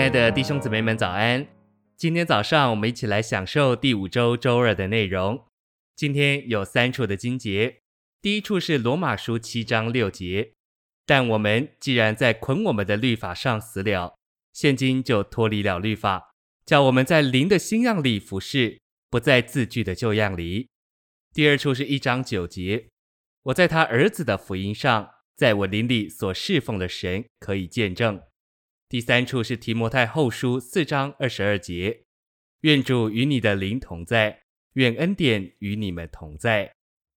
爱的弟兄姊妹们早安，今天早上我们一起来享受第5周周二的内容。今天有3处的经节，第一处是罗马书7章6节，但我们既然在捆我们的律法上死了，现今就脱离了律法，叫我们在灵的新样里服事，不在字句的旧样里。第二处是1章9节，我在他儿子的福音上，在我灵里所侍奉的神可以见证。第3处是提摩太后书4章22节，愿主与你的灵同在，愿恩典与你们同在。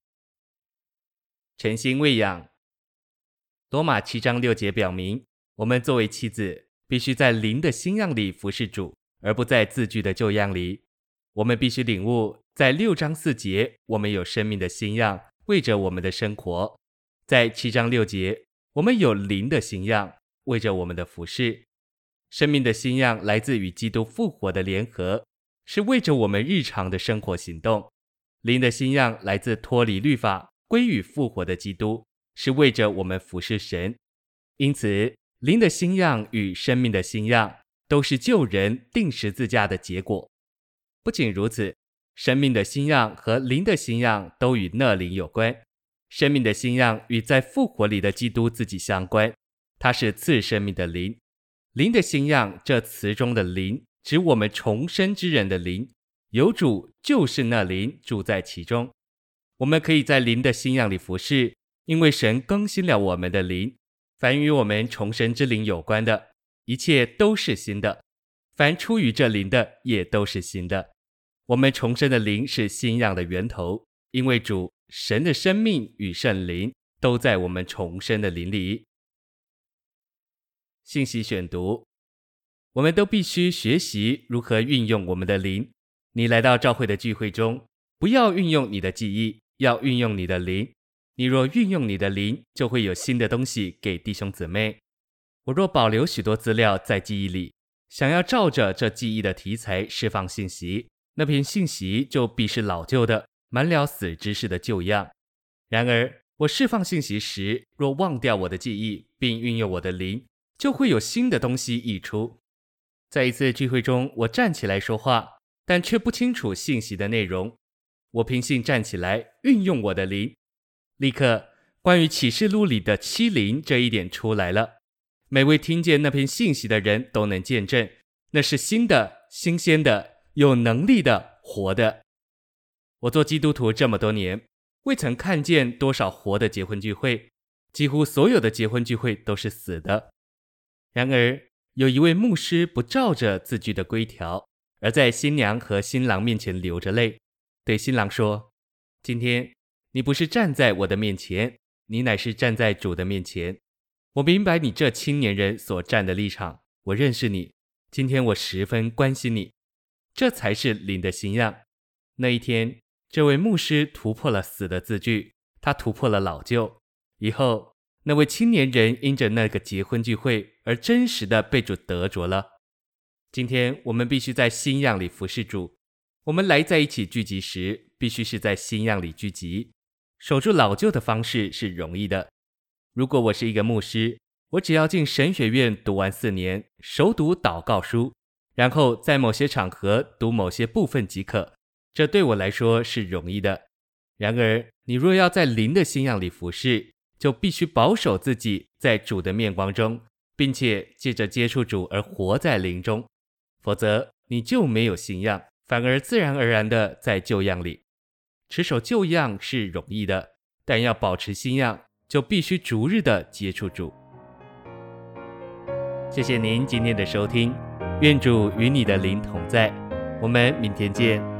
诚心喂养。罗马7章6节表明，我们作为妻子，必须在灵的新样里服侍主，而不在字句的旧样里。我们必须领悟，在6章4节，我们有生命的新样，为着我们的生活；在7章6节，我们有灵的新样，为着我们的服事。生命的新样来自与基督复活的联合，是为着我们日常的生活行动。灵的新样来自脱离律法，归于复活的基督，是为着我们服事神。因此，灵的新样与生命的新样都是救人钉十字架的结果。不仅如此，生命的新样和灵的新样都与那灵有关。生命的新样与在复活里的基督自己相关，它是赐生命的灵。灵的新样这词中的灵，指我们重生之人的灵，有主就是那灵住在其中。我们可以在灵的新样里服事，因为神更新了我们的灵。凡与我们重生之灵有关的，一切都是新的；凡出于这灵的，也都是新的。我们重生的灵是新样的源头，因为主神的生命与圣灵都在我们重生的灵里。信息选读，我们都必须学习如何运用我们的灵。你来到教会的聚会中，不要运用你的记忆，要运用你的灵。你若运用你的灵，就会有新的东西给弟兄姊妹。我若保留许多资料在记忆里，想要照着这记忆的题材释放信息，那篇信息就必是老旧的，满了死知识的旧样。然而，我释放信息时，若忘掉我的记忆，并运用我的灵，就会有新的东西溢出。在一次聚会中，我站起来说话，但却不清楚信息的内容。我凭信站起来，运用我的灵，立刻关于启示录里的7灵这一点出来了。每位听见那篇信息的人都能见证，那是新的、新鲜的、有能力的、活的。我做基督徒这么多年，未曾看见多少活的结婚聚会，几乎所有的结婚聚会都是死的。然而，有一位牧师不照着字句的规条，而在新娘和新郎面前流着泪，对新郎说：今天你不是站在我的面前，你乃是站在主的面前。我明白你这青年人所站的立场，我认识你，今天我十分关心你。这才是灵的新样。那一天，这位牧师突破了死的字句，他突破了老旧。以后那位青年人因着那个结婚聚会而真实的被主得着了。今天我们必须在新样里服侍主。我们来在一起聚集时，必须是在新样里聚集。守住老旧的方式是容易的。如果我是一个牧师，我只要进神学院读完4年，熟读祷告书，然后在某些场合读某些部分即可，这对我来说是容易的。然而，你若要在灵的新样里服侍，就必须保守自己在主的面光中，并且借着接触主而活在灵中，否则你就没有新样，反而自然而然的在旧样里。持守旧样是容易的，但要保持新样，就必须逐日的接触主。谢谢您今天的收听，愿主与你的灵同在，我们明天见。